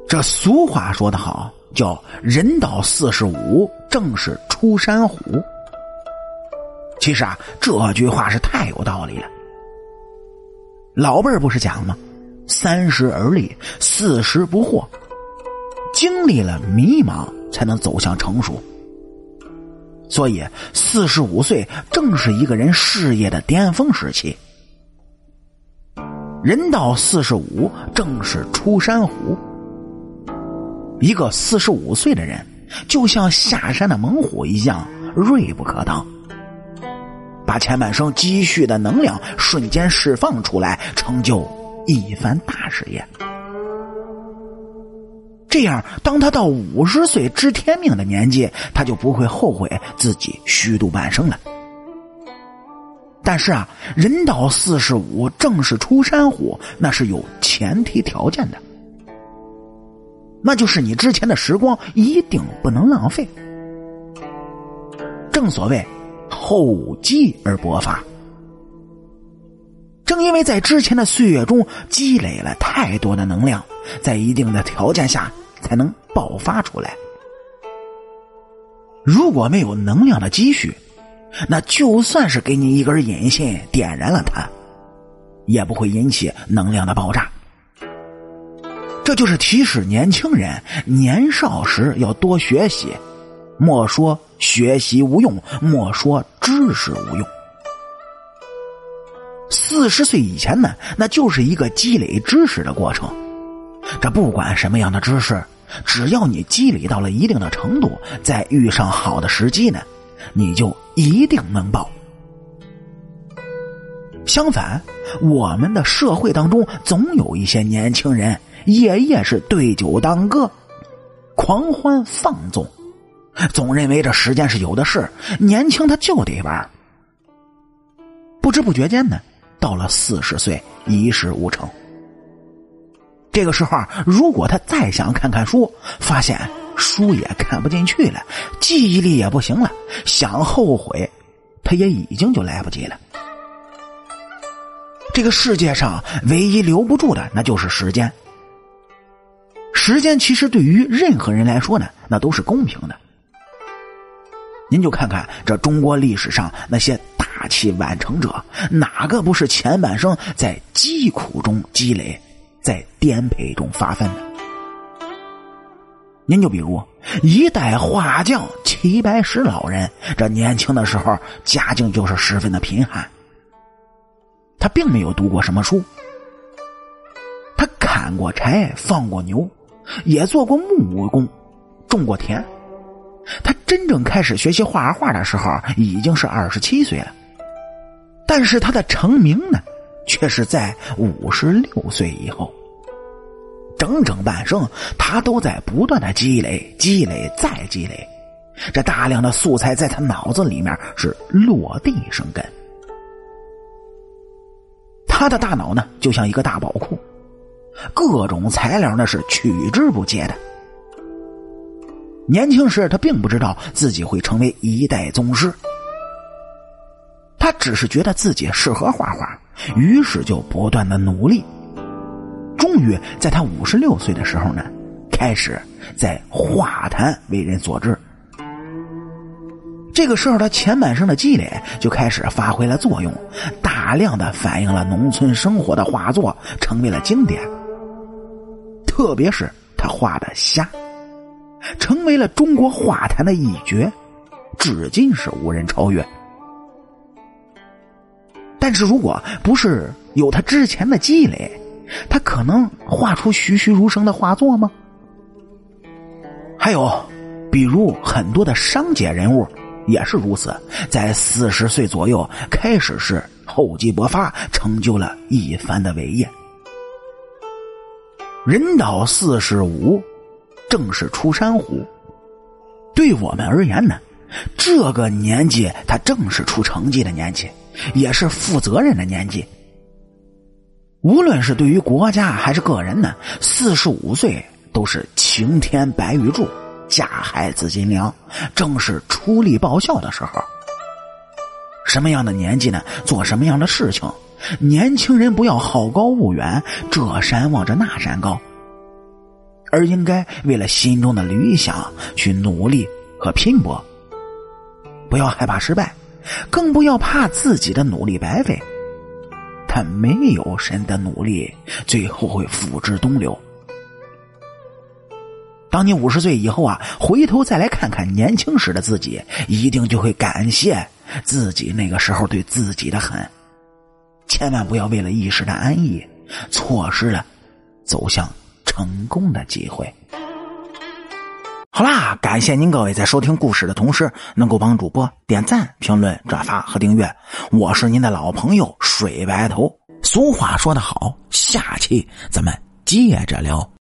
这俗话说得好，叫人到45正是出山虎。其实啊，这句话是太有道理了。老辈儿不是讲吗？30而立，40不惑。经历了迷茫，才能走向成熟。所以45岁正是一个人事业的巅峰时期。人到45正是出山虎。一个45岁的人就像下山的猛虎一样锐不可当，把前半生积蓄的能量瞬间释放出来，成就一番大事业。这样当他到50岁知天命的年纪，他就不会后悔自己虚度半生了。但是啊，人到45正是出山虎，那是有前提条件的，那就是你之前的时光一定不能浪费。正所谓厚积而薄发，正因为在之前的岁月中积累了太多的能量，在一定的条件下才能爆发出来。如果没有能量的积蓄，那就算是给你一根引线点燃了它，也不会引起能量的爆炸。这就是提示年轻人年少时要多学习，莫说学习无用，莫说知识无用。40岁以前呢，那就是一个积累知识的过程。这不管什么样的知识，只要你积累到了一定的程度，再遇上好的时机呢，你就一定能爆。相反，我们的社会当中总有一些年轻人夜夜是对酒当歌，狂欢放纵，总认为这时间是有的是，年轻他就得玩。不知不觉间呢，到了40岁一事无成。这个时候如果他再想看看书，发现书也看不进去了，记忆力也不行了，想后悔他也已经就来不及了。这个世界上唯一留不住的那就是时间。时间其实对于任何人来说呢，那都是公平的。您就看看这中国历史上那些大器晚成者，哪个不是前半生在疾苦中积累，在颠沛中发奋的？您就比如一代画匠齐白石老人，这年轻的时候家境就是十分的贫寒，他并没有读过什么书，他砍过柴，放过牛，也做过木木工，种过田。他真正开始学习画画的时候已经是27岁了，但是他的成名呢，却是在56岁以后。整整半生他都在不断的积累再积累，这大量的素材在他脑子里面是落地生根。他的大脑呢就像一个大宝库，各种材料那是取之不竭的。年轻时他并不知道自己会成为一代宗师，他只是觉得自己适合画画，于是就不断的努力。终于在他56岁的时候呢，开始在画坛为人所知。这个时候他前半生的积累就开始发挥了作用，大量的反映了农村生活的画作成为了经典。特别是他画的虾，成为了中国画坛的一绝，至今是无人超越。但是如果不是有他之前的积累，他可能画出栩栩如生的画作吗？还有比如很多的商界人物也是如此，在40岁左右开始是厚积薄发，成就了一番的伟业。人到45正是出山虎，对我们而言呢，这个年纪他正是出成绩的年纪，也是负责任的年纪。无论是对于国家还是个人呢，45岁都是晴天白玉柱，架海紫金梁，正是出力报效的时候。什么样的年纪呢，做什么样的事情，年轻人不要好高骛远，这山望着那山高。 而应该为了心中的理想去努力和拼搏。不要害怕失败，更不要怕自己的努力白费。但没有谁的努力最后会付之东流。当你50岁以后啊，回头再来看看年轻时的自己，一定就会感谢自己那个时候对自己的狠。千万不要为了一时的安逸，错失了走向成功的机会。好啦，感谢您各位在收听故事的同时能够帮主播点赞、评论、转发和订阅。我是您的老朋友水白头。俗话说得好，下期咱们接着聊。